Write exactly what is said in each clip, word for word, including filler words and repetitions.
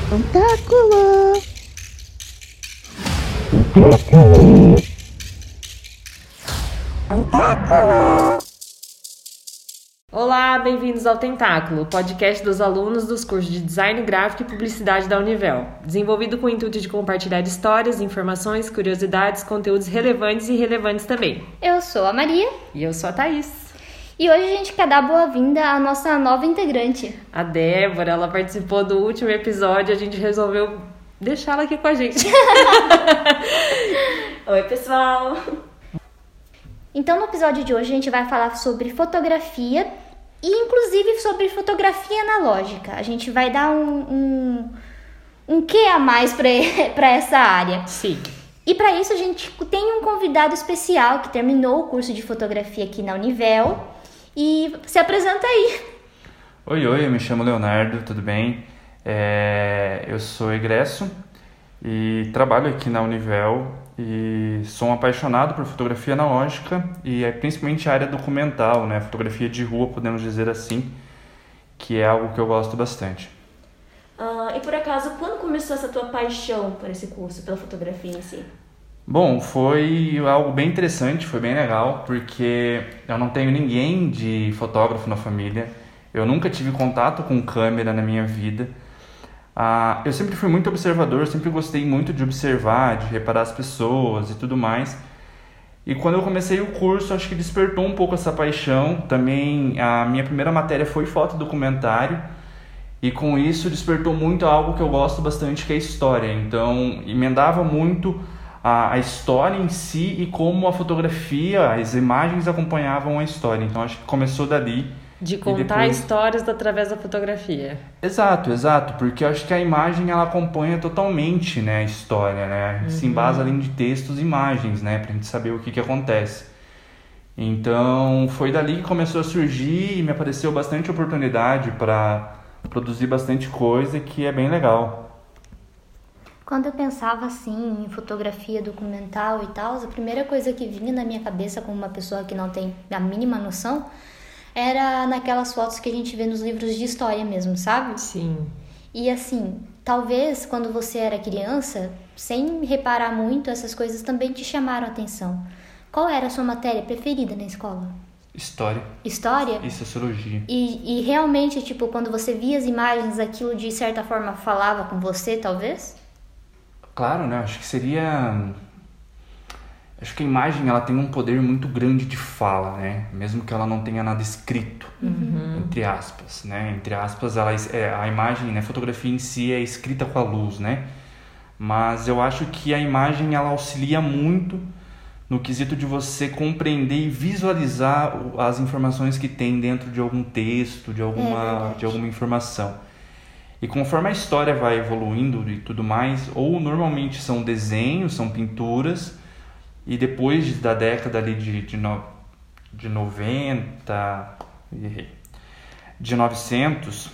Tentáculo! Olá, bem-vindos ao Tentáculo, podcast dos alunos dos cursos de Design Gráfico e Publicidade da Univel, desenvolvido com o intuito de compartilhar histórias, informações, curiosidades, conteúdos relevantes e irrelevantes também. Eu sou a Maria. E eu sou a Thaís. E hoje a gente quer dar boa-vinda à nossa nova integrante. A Débora, ela participou do último episódio, a gente resolveu deixá-la aqui com a gente. Oi, pessoal! Então, no episódio de hoje, a gente vai falar sobre fotografia e, inclusive, sobre fotografia analógica. A gente vai dar um, um, um quê a mais para essa área. Sim. E para isso, a gente tem um convidado especial que terminou o curso de fotografia aqui na Univel. E se apresenta aí. Oi, oi, eu me chamo Leonardo, tudo bem? É, eu sou egresso e trabalho aqui na Univel e sou um apaixonado por fotografia analógica e é principalmente a área documental, né? Fotografia de rua, podemos dizer assim, que é algo que eu gosto bastante. Uh, e por acaso, quando começou essa tua paixão por esse curso, pela fotografia em si? Bom, foi algo bem interessante, foi bem legal, porque eu não tenho ninguém de fotógrafo na família, eu nunca tive contato com câmera na minha vida. Ah, eu sempre fui muito observador, sempre gostei muito de observar, de reparar as pessoas e tudo mais. E quando eu comecei o curso, acho que despertou um pouco essa paixão. Também a minha primeira matéria foi fotodocumentário, e com isso despertou muito algo que eu gosto bastante, que é a história. Então, emendava muito a, a história em si e como a fotografia, as imagens acompanhavam a história. Então, acho que começou dali. De contar depois... histórias através da fotografia. Exato, exato, porque eu acho que a imagem ela acompanha totalmente, né, a história, né, a gente uhum. se embasa além de textos, imagens, né, pra gente saber o que que acontece. Então foi dali que começou a surgir e me apareceu bastante oportunidade para produzir bastante coisa, que é bem legal. Quando eu pensava assim em fotografia documental e tal, a primeira coisa que vinha na minha cabeça como uma pessoa que não tem a mínima noção era naquelas fotos que a gente vê nos livros de história mesmo, sabe? Sim. E assim, talvez quando você era criança, sem reparar muito, essas coisas também te chamaram a atenção. Qual era a sua matéria preferida na escola? História. História? E sociologia. E, e realmente, tipo, quando você via as imagens, aquilo de certa forma falava com você, talvez? Claro, né? Acho que seria... Acho que a imagem ela tem um poder muito grande de fala, né? Mesmo que ela não tenha nada escrito, uhum. entre aspas, né? Entre aspas, ela, é, a imagem, né? A fotografia em si é escrita com a luz, né? Mas eu acho que a imagem ela auxilia muito no quesito de você compreender e visualizar as informações que tem dentro de algum texto, de alguma, é de alguma informação. E conforme a história vai evoluindo e tudo mais, ou normalmente são desenhos, são pinturas. E depois da década ali de, de, no, de noventa, de novecentos,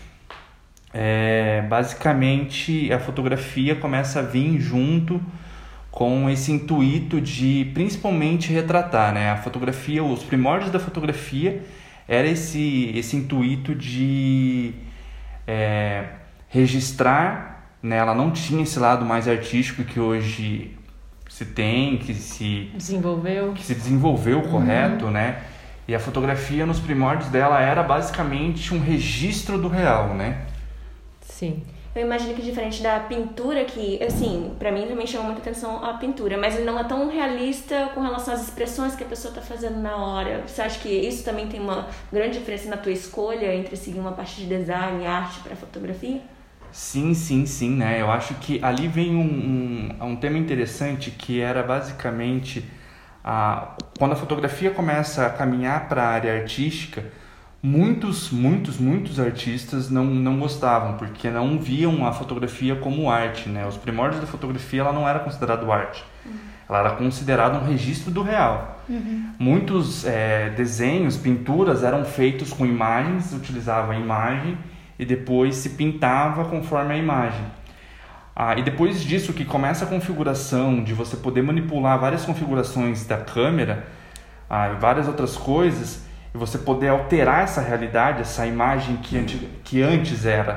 é, basicamente a fotografia começa a vir junto com esse intuito de principalmente retratar, né? A fotografia, os primórdios da fotografia era esse, esse intuito de é, registrar, né? Ela não tinha esse lado mais artístico que hoje se tem, que se desenvolveu, que se desenvolveu, uhum. correto, né? E a fotografia nos primórdios dela era basicamente um registro do real, né? Sim. Eu imagino que diferente da pintura, que, assim, pra mim também chama muita atenção a pintura, mas ele não é tão realista com relação às expressões que a pessoa tá fazendo na hora. Você acha que isso também tem uma grande diferença na tua escolha entre seguir uma parte de design e arte pra fotografia? Sim, sim, sim, né? Eu acho que ali vem um, um, um tema interessante que era basicamente a, quando a fotografia começa a caminhar para a área artística, muitos, muitos, muitos artistas não, não gostavam, porque não viam a fotografia como arte, né? Os primórdios da fotografia ela não era considerada arte, uhum. ela era considerada um registro do real. Uhum. Muitos é, desenhos, pinturas eram feitos com imagens, utilizava a imagem e depois se pintava conforme a imagem. Ah, e depois disso que começa a configuração de você poder manipular várias configurações da câmera ah, e várias outras coisas, e você poder alterar essa realidade, essa imagem que, antes, que antes era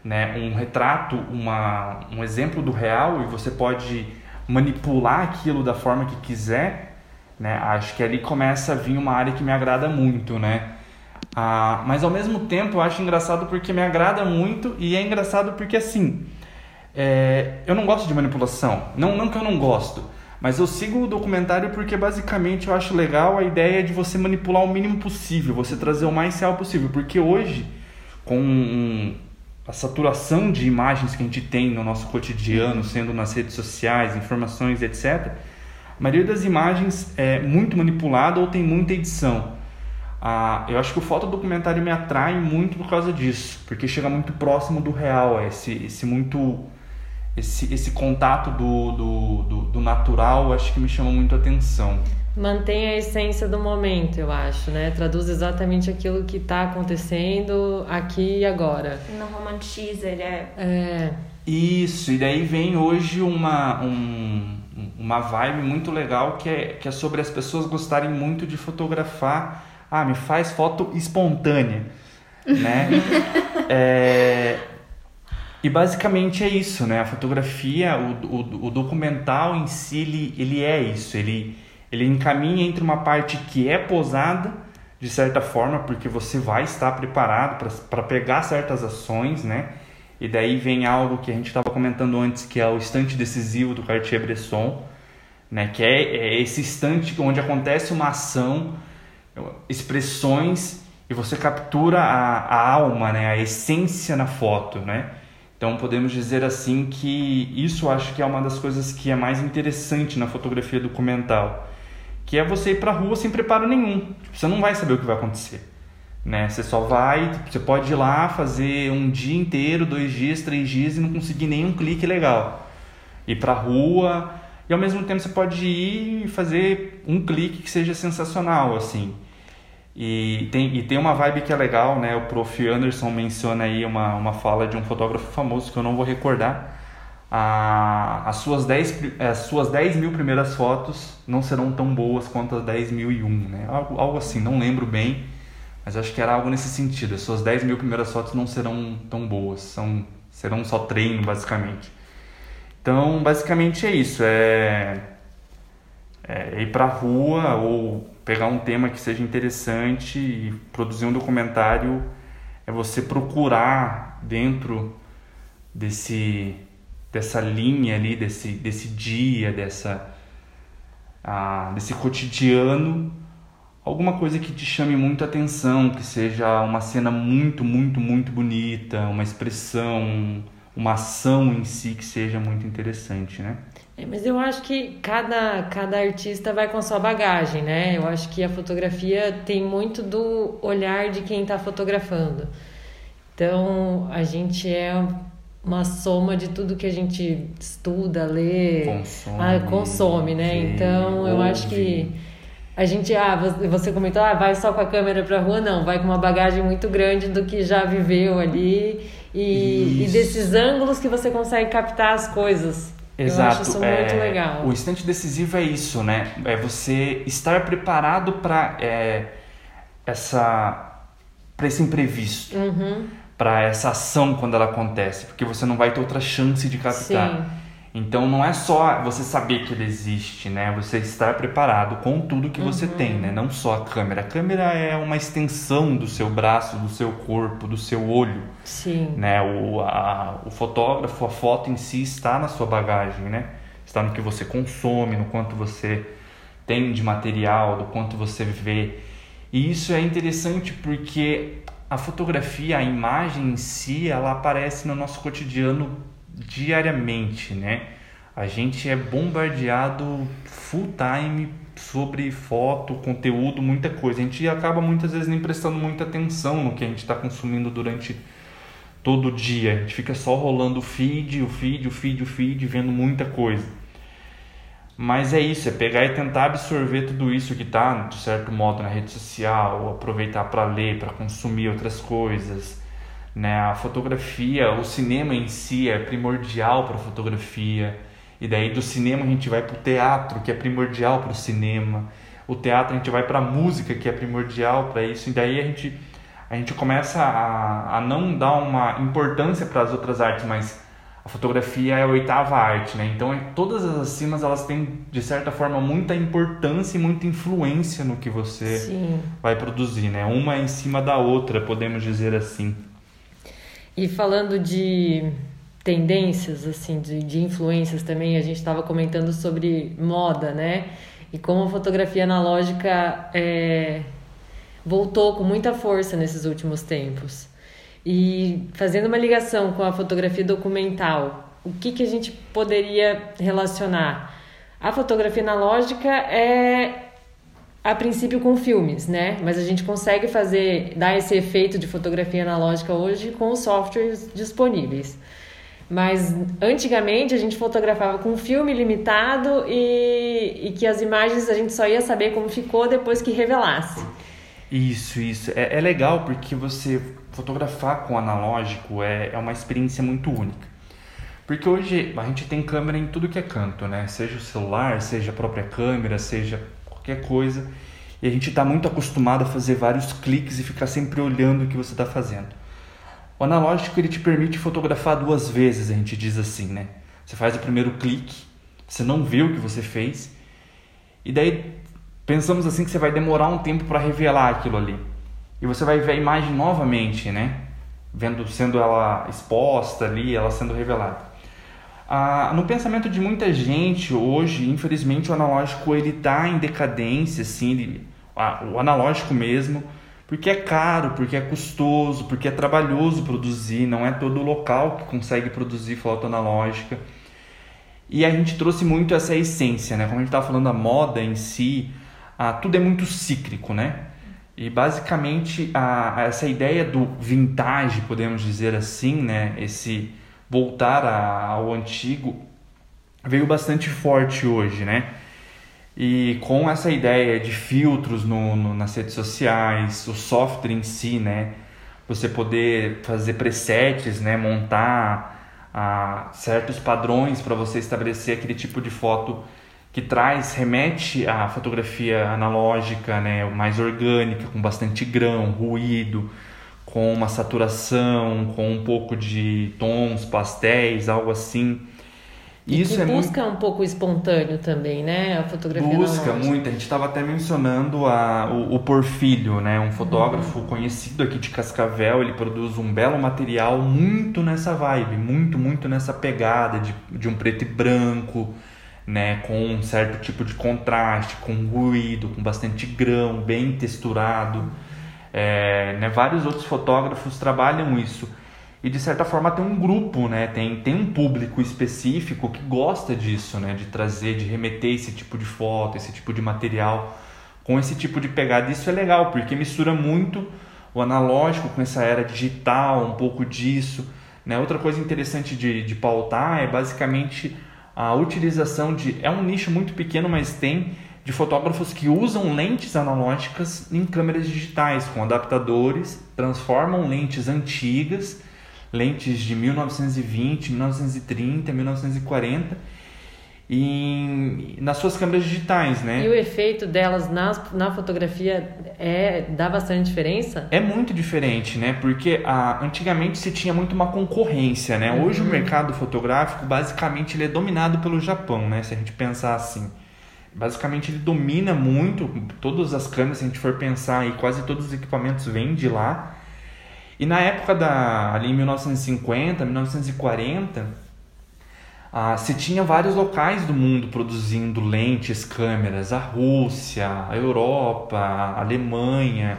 né, um retrato, uma, um exemplo do real, e você pode manipular aquilo da forma que quiser, né? Acho que ali começa a vir uma área que me agrada muito, né? Ah, mas ao mesmo tempo eu acho engraçado porque me agrada muito, e é engraçado porque assim, é, eu não gosto de manipulação, não, não que eu não gosto, mas eu sigo o documentário porque basicamente eu acho legal a ideia de você manipular o mínimo possível, você trazer o mais real possível, porque hoje, com um, a saturação de imagens que a gente tem no nosso cotidiano, sendo nas redes sociais, informações, etcétera, a maioria das imagens é muito manipulada ou tem muita edição. Ah, eu acho que o fotodocumentário me atrai muito por causa disso, porque chega muito próximo do real, esse, esse, muito, esse, esse contato do, do, do, do natural, acho que me chama muito a atenção. Mantém a essência do momento, eu acho, né? Traduz exatamente aquilo que está acontecendo aqui e agora. Não romantiza, ele é... É... Isso, e daí vem hoje uma, um, uma vibe muito legal que é, que é sobre as pessoas gostarem muito de fotografar. Ah, me faz foto espontânea, né? é... E basicamente é isso, né? A fotografia, o, o, o documental em si, ele, ele é isso, ele... Ele encaminha entre uma parte que é posada, de certa forma, porque você vai estar preparado para pegar certas ações, né? E daí vem algo que a gente estava comentando antes, que é o instante decisivo do Cartier-Bresson, né? Que é, é esse instante onde acontece uma ação, expressões, e você captura a, a alma, né? A essência na foto, né? Então podemos dizer assim que isso eu acho que é uma das coisas que é mais interessante na fotografia documental, que é você ir pra rua sem preparo nenhum. Você não vai saber o que vai acontecer, né? Você só vai, você pode ir lá fazer um dia inteiro, dois dias, três dias e não conseguir nenhum clique legal. Ir pra rua e ao mesmo tempo você pode ir e fazer um clique que seja sensacional, assim. E tem, e tem uma vibe que é legal, né? O Prof Anderson menciona aí uma, uma fala de um fotógrafo famoso que eu não vou recordar. Ah, as, suas dez, as suas dez mil primeiras fotos não serão tão boas quanto as dez mil e um, né? Algo, algo assim, não lembro bem, mas acho que era algo nesse sentido. As suas dez mil primeiras fotos não serão tão boas, são, serão só treino, basicamente. Então, basicamente é isso, é, é ir pra rua ou pegar um tema que seja interessante e produzir um documentário, é você procurar dentro desse... dessa linha ali, desse, desse dia, dessa, ah, desse cotidiano, alguma coisa que te chame muito a atenção, que seja uma cena muito, muito, muito bonita, uma expressão, uma ação em si que seja muito interessante, né? É, mas eu acho que cada, cada artista vai com a sua bagagem, né? Eu acho que a fotografia tem muito do olhar de quem está fotografando. Então, a gente é... uma soma de tudo que a gente estuda, lê, consome, ah, consome, né? Vê, então eu ouve. Acho que a gente, ah, você comentou, ah, vai só com a câmera pra rua, não, vai com uma bagagem muito grande do que já viveu ali e, e desses ângulos que você consegue captar as coisas. Exato. Eu acho isso é, muito legal. O instante decisivo é isso, né? É você estar preparado para é, essa, para esse imprevisto. Uhum. Para essa ação quando ela acontece, porque você não vai ter outra chance de captar. Sim. Então não é só você saber que ele existe, né? Você estar preparado com tudo que você uhum. tem, né? Não só a câmera. A câmera é uma extensão do seu braço, do seu corpo, do seu olho. Sim. Né? O, a, o fotógrafo, a foto em si está na sua bagagem, né? Está no que você consome, no quanto você tem de material, do quanto você vê. E isso é interessante porque a fotografia, a imagem em si, ela aparece no nosso cotidiano diariamente, né? A gente é bombardeado full time sobre foto, conteúdo, muita coisa. A gente acaba muitas vezes nem prestando muita atenção no que a gente está consumindo durante todo o dia. A gente fica só rolando o feed, o feed, o feed, o feed, vendo muita coisa. Mas é isso, é pegar e tentar absorver tudo isso que está, de certo modo, na rede social, aproveitar para ler, para consumir outras coisas, né? A fotografia, o cinema em si é primordial para a fotografia, e daí do cinema a gente vai para o teatro, que é primordial para o cinema, o teatro a gente vai para a música, que é primordial para isso, e daí a gente a gente começa a, a não dar uma importância para as outras artes, mas a fotografia é a oitava arte, né? Então todas as acimas, elas têm, de certa forma, muita importância e muita influência no que você Sim. vai produzir, né? Uma em cima da outra, podemos dizer assim. E falando de tendências, assim, de, de influências também, a gente estava comentando sobre moda, né? E como a fotografia analógica é, voltou com muita força nesses últimos tempos. E fazendo uma ligação com a fotografia documental, o que, que a gente poderia relacionar? A fotografia analógica é, a princípio, com filmes, né? Mas a gente consegue fazer, dar esse efeito de fotografia analógica hoje com os softwares disponíveis. Mas antigamente a gente fotografava com filme limitado e, e que as imagens a gente só ia saber como ficou depois que revelasse. Isso, isso. É, é legal porque você fotografar com analógico é, é uma experiência muito única. Porque hoje a gente tem câmera em tudo que é canto, né? Seja o celular, seja a própria câmera, seja qualquer coisa. E a gente está muito acostumado a fazer vários cliques e ficar sempre olhando o que você está fazendo. O analógico, ele te permite fotografar duas vezes, a gente diz assim, né? Você faz o primeiro clique, você não vê o que você fez, e daí pensamos assim que você vai demorar um tempo para revelar aquilo ali. E você vai ver a imagem novamente, né? Vendo, sendo ela exposta ali, ela sendo revelada. Ah, no pensamento de muita gente, hoje, infelizmente, o analógico ele está em decadência, assim, ele, ah, o analógico mesmo, porque é caro, porque é custoso, porque é trabalhoso produzir, não é todo local que consegue produzir foto analógica. E a gente trouxe muito essa essência, né? Como a gente estava falando, a moda em si, ah, tudo é muito cíclico, né? E basicamente a, a essa ideia do vintage, podemos dizer assim, né? Esse voltar a, ao antigo veio bastante forte hoje, né? E com essa ideia de filtros no, no, nas redes sociais, o software em si, né? Você poder fazer presets, né? Montar ah, certos padrões para você estabelecer aquele tipo de foto que traz, remete à fotografia analógica, né? Mais orgânica, com bastante grão, ruído, com uma saturação, com um pouco de tons, pastéis, algo assim. E Isso que é busca muito... um pouco espontâneo também, né? A fotografia Busca analógica. muito. A gente estava até mencionando a, o, o Porfílio, né? Um fotógrafo uhum. conhecido aqui de Cascavel. Ele produz um belo material muito nessa vibe, muito, muito nessa pegada de, de um preto e branco, né? Com um certo tipo de contraste, com ruído, com bastante grão, bem texturado. É, né? Vários outros fotógrafos trabalham isso. E de certa forma tem um grupo, né? tem, tem um público específico que gosta disso, né? De trazer, de remeter esse tipo de foto, esse tipo de material com esse tipo de pegada. Isso é legal, porque mistura muito o analógico com essa era digital, um pouco disso, né? Outra coisa interessante de, de pautar é basicamente a utilização de... É um nicho muito pequeno, mas tem de fotógrafos que usam lentes analógicas em câmeras digitais, com adaptadores, transformam lentes antigas, lentes de mil novecentos e vinte, mil novecentos e trinta, mil novecentos e quarenta em, nas suas câmeras digitais, né? E o efeito delas na, na fotografia é, dá bastante diferença? É muito diferente, né? Porque a, antigamente se tinha muito uma concorrência, né? Uhum. Hoje o mercado fotográfico basicamente ele é dominado pelo Japão, né? Se a gente pensar assim. Basicamente ele domina muito todas as câmeras, se a gente for pensar aí, quase todos os equipamentos vêm de lá. E na época da, ali em mil novecentos e cinquenta, mil novecentos e quarenta, ah, se tinha vários locais do mundo produzindo lentes, câmeras, a Rússia, a Europa, a Alemanha,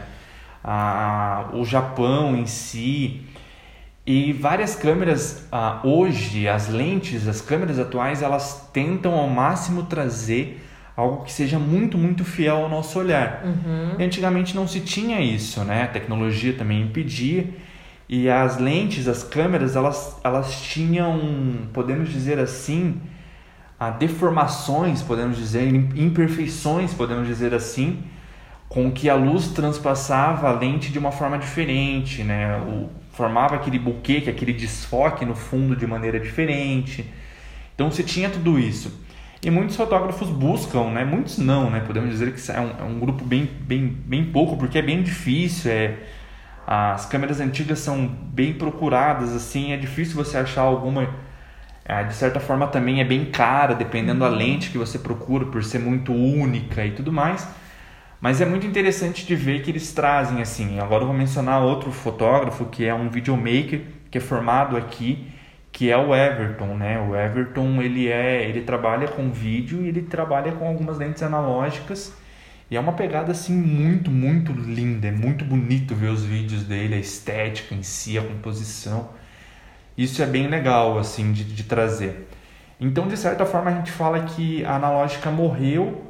a, o Japão em si. E várias câmeras, ah, hoje, as lentes, as câmeras atuais, elas tentam ao máximo trazer algo que seja muito, muito fiel ao nosso olhar. Uhum. E antigamente não se tinha isso, né? A tecnologia também impedia. E as lentes, as câmeras, elas, elas tinham, podemos dizer assim, a deformações, podemos dizer, imperfeições, podemos dizer assim, com que a luz transpassava a lente de uma forma diferente, né? O, formava aquele buquê, aquele desfoque no fundo de maneira diferente. Então se tinha tudo isso. E muitos fotógrafos buscam, né? Muitos não, né? Podemos dizer que é um, é um grupo bem, bem, bem pouco, porque é bem difícil. É, As câmeras antigas são bem procuradas, assim, é difícil você achar alguma... É, de certa forma também é bem cara, dependendo uhum. da lente que você procura, por ser muito única e tudo mais. Mas é muito interessante de ver que eles trazem, assim... Agora eu vou mencionar outro fotógrafo, que é um videomaker, que é formado aqui, que é o Everton, né? O Everton, ele, é, ele trabalha com vídeo e ele trabalha com algumas lentes analógicas. E é uma pegada, assim, muito, muito linda. É muito bonito ver os vídeos dele, a estética em si, a composição. Isso é bem legal, assim, de, de trazer. Então, de certa forma, a gente fala que a analógica morreu,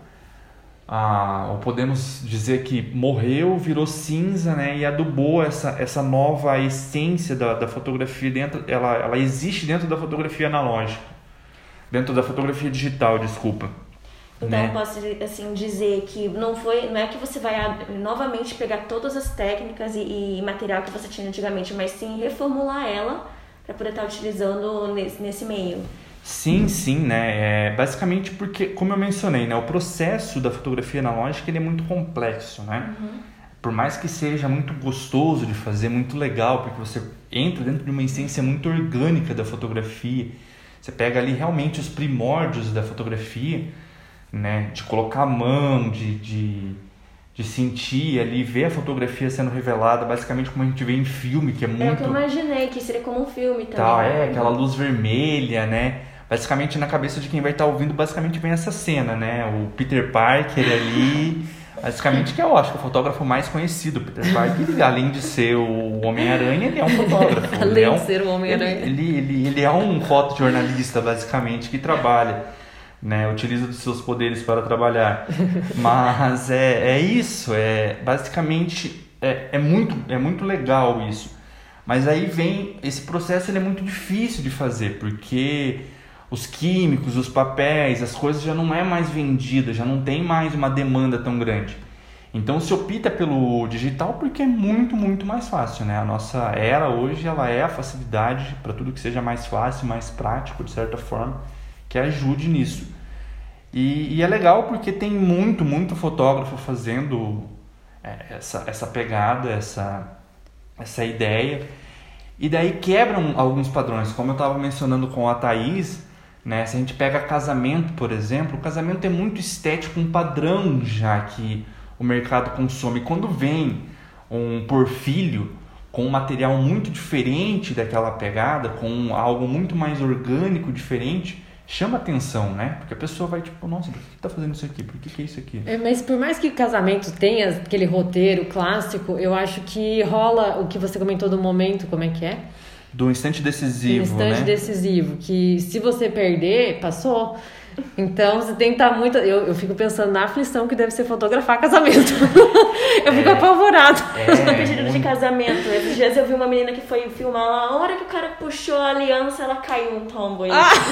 ah, ou podemos dizer que morreu, virou cinza, né? E adubou essa, essa nova essência da, da fotografia dentro... Ela, ela existe dentro da fotografia analógica. Dentro da fotografia digital, desculpa. Então, né? Eu posso assim, dizer que não, foi, não é que você vai novamente pegar todas as técnicas e, e material que você tinha antigamente, mas sim reformular ela para poder estar utilizando nesse, nesse meio. Sim, sim, né? É, basicamente porque, como eu mencionei, né, o processo da fotografia analógica ele é muito complexo, né? Uhum. Por mais que seja muito gostoso de fazer, muito legal, porque você entra dentro de uma essência muito orgânica da fotografia, você pega ali realmente os primórdios da fotografia, né, de colocar a mão, de, de, de sentir ali, ver a fotografia sendo revelada, basicamente como a gente vê em filme, que é muito... É o que eu imaginei, que seria como um filme também. Tá, é, aquela luz vermelha, né, basicamente na cabeça de quem vai estar ouvindo, basicamente vem essa cena, né, o Peter Parker ali, basicamente que eu acho que é o fotógrafo mais conhecido, o Peter Parker, além de ser o Homem-Aranha, ele é um fotógrafo. Além é um, de ser o Homem-Aranha. Ele, ele, ele, ele é um fotojornalista, basicamente, que trabalha... Né, utiliza dos seus poderes para trabalhar, mas é, é isso, é basicamente é, é, muito, é muito legal isso, mas aí vem esse processo, ele é muito difícil de fazer, porque os químicos, os papéis, as coisas já não é mais vendida, já não tem mais uma demanda tão grande, então se opta pelo digital porque é muito, muito mais fácil, né? A nossa era hoje, ela é a facilidade para tudo que seja mais fácil, mais prático, de certa forma, que ajude nisso. E, e é legal porque tem muito, muito fotógrafo fazendo é, essa, essa pegada, essa, essa ideia. E daí quebram alguns padrões. Como eu estava mencionando com a Thaís, né, se a gente pega casamento, por exemplo, o casamento é muito estético, um padrão já que o mercado consome. Quando vem um porfílio com um material muito diferente daquela pegada, com algo muito mais orgânico, diferente, chama atenção, né? Porque a pessoa vai tipo, nossa, por que tá fazendo isso aqui? Por que que é isso aqui? É, mas por mais que o casamento tenha aquele roteiro clássico, eu acho que rola o que você comentou do momento, como é que é? Do instante decisivo, do instante né? decisivo, que se você perder, passou. Então você tem que estar muito... Eu, eu fico pensando na aflição que deve ser fotografar casamento. Eu fico é, apavorado. É, pedido muito... de casamento. Esses dias eu vi uma menina que foi filmar lá, a hora que o cara puxou a aliança, ela caiu um tombo aí. Ah.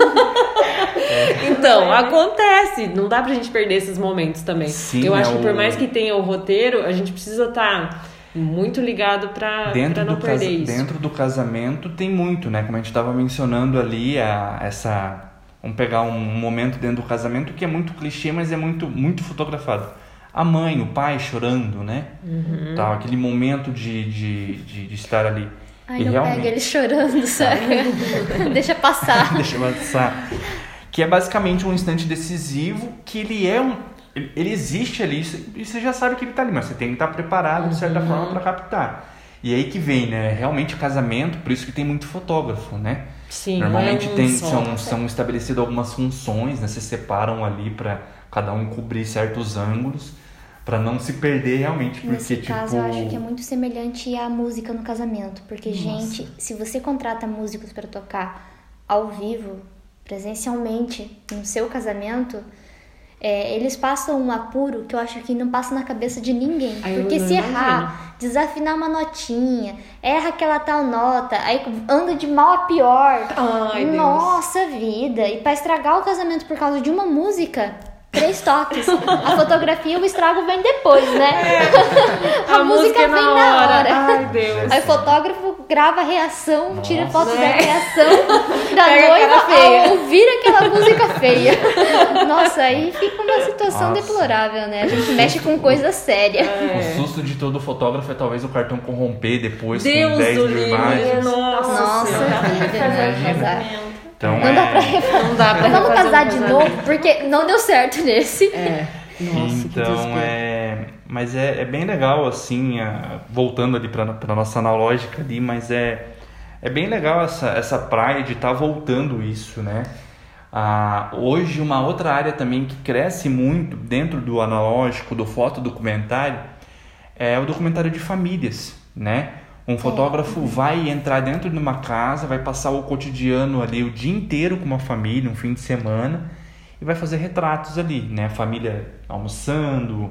É. Então, acontece. Não dá pra gente perder esses momentos também. Sim, eu é acho que por o... mais que tenha o roteiro, a gente precisa estar muito ligado pra, pra não perder casa... isso. Dentro do casamento tem muito, né? Como a gente estava mencionando ali, a, essa... Vamos pegar um momento dentro do casamento que é muito clichê, mas é muito, muito fotografado. A mãe, o pai chorando, né? Uhum. Tá, aquele momento de, de, de, de estar ali. Ai, não realmente... pega ele chorando, sabe? Deixa passar. Deixa passar. Que é basicamente um instante decisivo, que ele é um... Ele, ele existe ali, e você já sabe que ele tá ali, mas você tem que estar preparado, de certa uhum. forma, para captar. E aí que vem, né? Realmente o casamento, por isso que tem muito fotógrafo, né? Sim, normalmente é um tem, só, são, são estabelecidas algumas funções, né? Se separam ali para cada um cobrir certos ângulos para não se perder realmente. Porque, Nesse tipo... caso, eu acho que é muito semelhante à música no casamento. Porque, Nossa. gente, se você contrata músicos para tocar ao vivo, presencialmente, no seu casamento... É, eles passam um apuro que eu acho que não passa na cabeça de ninguém. Ai, porque se imagino. errar, desafinar uma notinha, erra aquela tal nota, aí anda de mal a pior. Ai, Nossa Deus. vida! E pra estragar o casamento por causa de uma música, três toques. A fotografia, o estrago vem depois, né? É. A, a música vem na hora. hora. Ai, Deus. Aí o fotógrafo grava a reação, Nossa. tira foto é. da reação da noiva ao ouvir aquela música feia. Nossa, aí fica uma situação Nossa. deplorável, né? A gente mexe com coisa séria. É. O susto de todo fotógrafo é talvez o cartão corromper depois Deus com dez do mil livre, imagens. nossa, Nossa, Senhora. vida, né? Imagina. Então, Não dá pra é... refazer. Não dá pra Mas vamos refazer casar um de casamento. novo, porque não deu certo nesse. É. Nossa, que Então, desespero. é... Mas é, é bem legal, assim, a- voltando ali para a nossa analógica ali, mas é, é bem legal essa, essa praia de estar voltando isso, né? Ah, hoje, uma outra área também que cresce muito dentro do analógico, do fotodocumentário, é o documentário de famílias, né? Um fotógrafo vai entrar dentro de uma casa, vai passar o cotidiano ali o dia inteiro com uma família, um fim de semana, e vai fazer retratos ali, né? A família almoçando,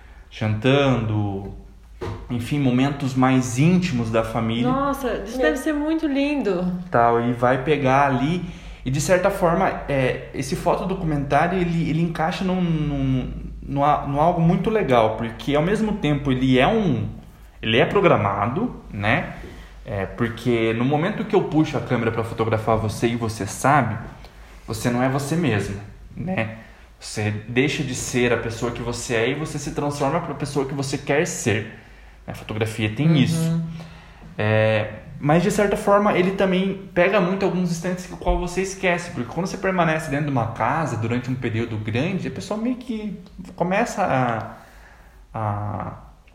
jantando, enfim, momentos mais íntimos da família. Nossa, isso deve ser muito lindo. Tal, e vai pegar ali e de certa forma é, esse fotodocumentário ele, ele encaixa num, num, num, num algo muito legal, porque ao mesmo tempo ele é um ele é programado, né? É, porque no momento que eu puxo a câmera para fotografar você e você sabe, você não é você mesmo, né? Você deixa de ser a pessoa que você é e você se transforma para a pessoa que você quer ser. A fotografia tem Uhum. isso. É, mas de certa forma ele também pega muito alguns instantes que qual você esquece, porque quando você permanece dentro de uma casa durante um período grande, a pessoa meio que começa a, a,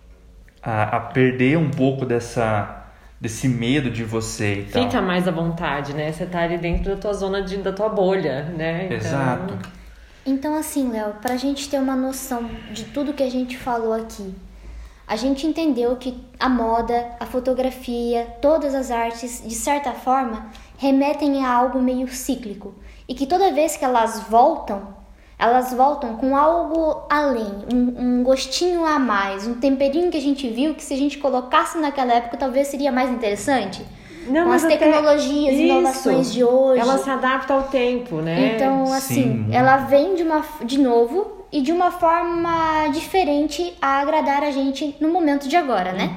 a, a perder um pouco dessa, desse medo de você e tal. Fica mais à vontade, né? Você tá ali dentro da tua zona, de, da tua bolha, né? Então, Exato. Então, assim, Léo, pra gente ter uma noção de tudo que a gente falou aqui, a gente entendeu que a moda, a fotografia, todas as artes, de certa forma, remetem a algo meio cíclico. E que toda vez que elas voltam, elas voltam com algo além, um, um gostinho a mais, um temperinho que a gente viu que se a gente colocasse naquela época talvez seria mais interessante. Não, com mas as até tecnologias, isso, inovações de hoje. Ela se adapta ao tempo, né? Então, Sim, assim, muito. ela vem de, uma, de novo e de uma forma diferente a agradar a gente no momento de agora, né?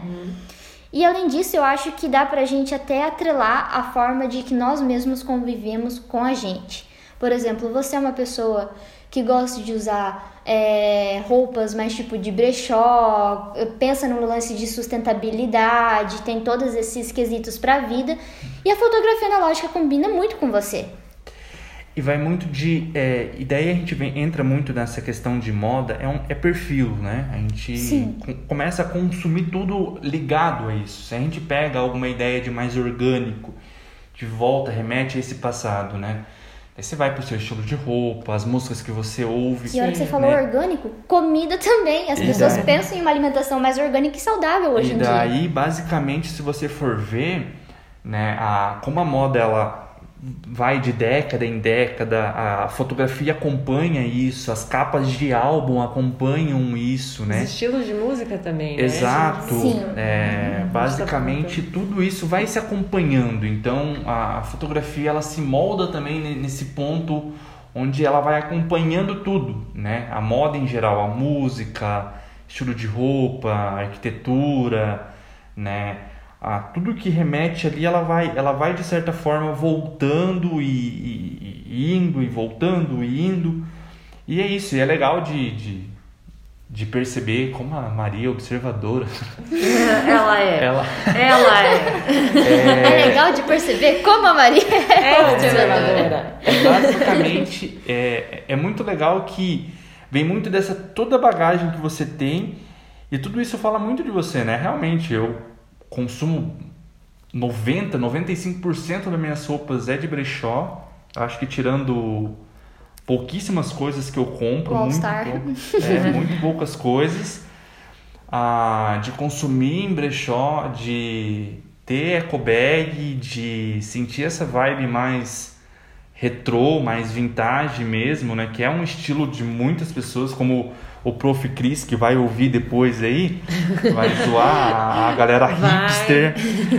E além disso, eu acho que dá pra gente até atrelar a forma de que nós mesmos convivemos com a gente. Por exemplo, você é uma pessoa que gosta de usar é, roupas mais tipo de brechó, pensa no lance de sustentabilidade, tem todos esses quesitos pra vida, e a fotografia analógica combina muito com você. E vai muito de... É, e daí a gente vem, entra muito nessa questão de moda, é, um, é perfil, né? A gente Sim. com, começa a consumir tudo ligado a isso. Se a gente pega alguma ideia de mais orgânico, de volta, remete a esse passado, né? Aí você vai pro seu estilo de roupa, as músicas que você ouve. E a hora que você falou né? orgânico, comida também. As E pessoas daí? pensam em uma alimentação mais orgânica e saudável hoje E em dia. daí, basicamente, se você for ver, né, a, como a moda ela vai de década em década, a fotografia acompanha isso, as capas de álbum acompanham isso, né? Os estilos de música também, né? Exato. Sim. É, basicamente tudo isso vai se acompanhando. Então a, a fotografia ela se molda também ne- nesse ponto onde ela vai acompanhando tudo, né? A moda em geral, a música, estilo de roupa, arquitetura, né? Ah, tudo que remete ali ela vai, ela vai de certa forma voltando e, e- e indo e voltando e indo. E é isso, e é legal de, de, de perceber como a Maria é observadora. Ela é. Ela Ela é. É legal de perceber como a Maria É é observadora. é basicamente é, é muito legal que vem muito dessa toda a bagagem que você tem e tudo isso fala muito de você, né? Realmente eu consumo noventa, noventa e cinco por cento das minhas roupas é de brechó. Acho que tirando pouquíssimas coisas que eu compro, O All muito, Star. pouco, é, muito poucas coisas. Ah, de consumir em brechó, de ter eco bag, de sentir essa vibe mais retrô, mais vintage mesmo, né? Que é um estilo de muitas pessoas, como o Prof Cris, que vai ouvir depois aí, vai zoar a, a galera Vai. hipster.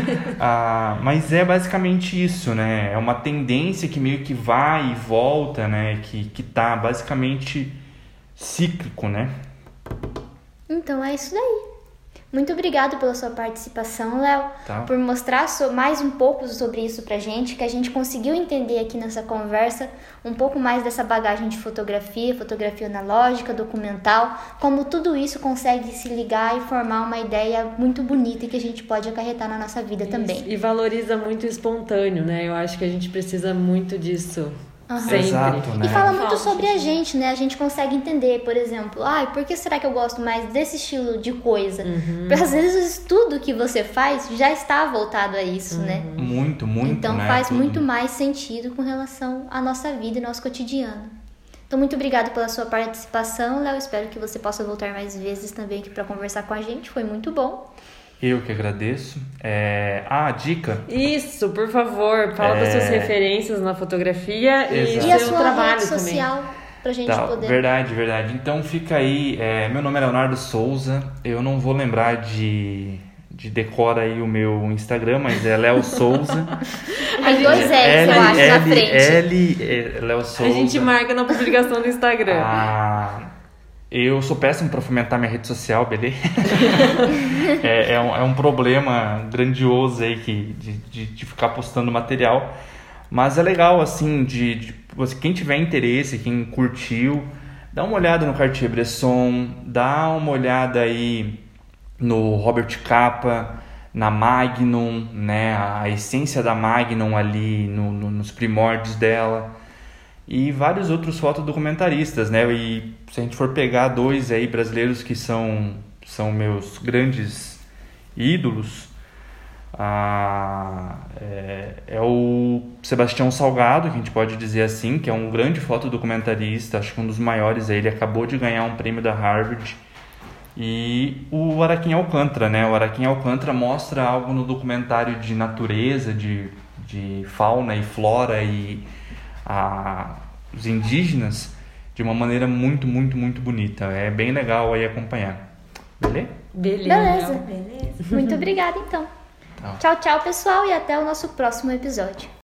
Ah, mas é basicamente isso, né? É uma tendência que meio que vai e volta, né? Que, que tá basicamente cíclico, né? Então é isso daí. Muito obrigado pela sua participação, Léo, Tá. por mostrar so- mais um pouco sobre isso pra gente, que a gente conseguiu entender aqui nessa conversa um pouco mais dessa bagagem de fotografia, fotografia analógica, documental, como tudo isso consegue se ligar e formar uma ideia muito bonita e que a gente pode acarretar na nossa vida também. E valoriza muito o espontâneo, né? Eu acho que a gente precisa muito disso. Aham. Sempre. Exato, né? E fala muito Fala, sobre gente. a gente, né? A gente consegue entender, por exemplo, ai, por que será que eu gosto mais desse estilo de coisa? Porque às vezes o estudo que você faz já está voltado a isso, né? Muito, muito, Então né? faz Tudo. muito mais sentido com relação à nossa vida e nosso cotidiano. Então, muito obrigado pela sua participação, Léo. Espero que você possa voltar mais vezes também aqui para conversar com a gente. Foi muito bom. Eu que agradeço. É... Ah, dica. Isso, por favor, fala das suas referências na fotografia e Exato. E a seu sua trabalho rede também. social pra gente Tá, poder... verdade, verdade. Então fica aí. é, Meu nome é Leonardo Souza. Eu não vou lembrar de, de decora aí o meu Instagram, mas é Léo Souza. Tem dois L's, L, eu acho, na L, frente. L, é, Léo Souza. A gente marca na publicação do Instagram. Ah, eu sou péssimo para fomentar minha rede social, beleza? é, é, um, é um problema grandioso aí que, de, de, de ficar postando material. Mas é legal, assim, de, de você- quem tiver interesse, quem curtiu, dá uma olhada no Cartier-Bresson, dá uma olhada aí no Robert Capa, na Magnum, né? A essência da Magnum ali no, no, nos primórdios dela. E vários outros fotodocumentaristas, né? E se a gente for pegar dois aí brasileiros que são, são meus grandes ídolos, ah, é, é o Sebastião Salgado, que a gente pode dizer assim, que é um grande fotodocumentarista, acho que um dos maiores aí, ele acabou de ganhar um prêmio da Harvard. E o Araquém Alcântara, né? O Araquém Alcântara mostra algo no documentário de natureza, de, de fauna e flora e a, os indígenas de uma maneira muito, muito, muito bonita. É bem legal aí acompanhar. Beleza? Beleza. Beleza. Beleza. Muito obrigada, então. Tá. Tchau, tchau, pessoal, e até o nosso próximo episódio.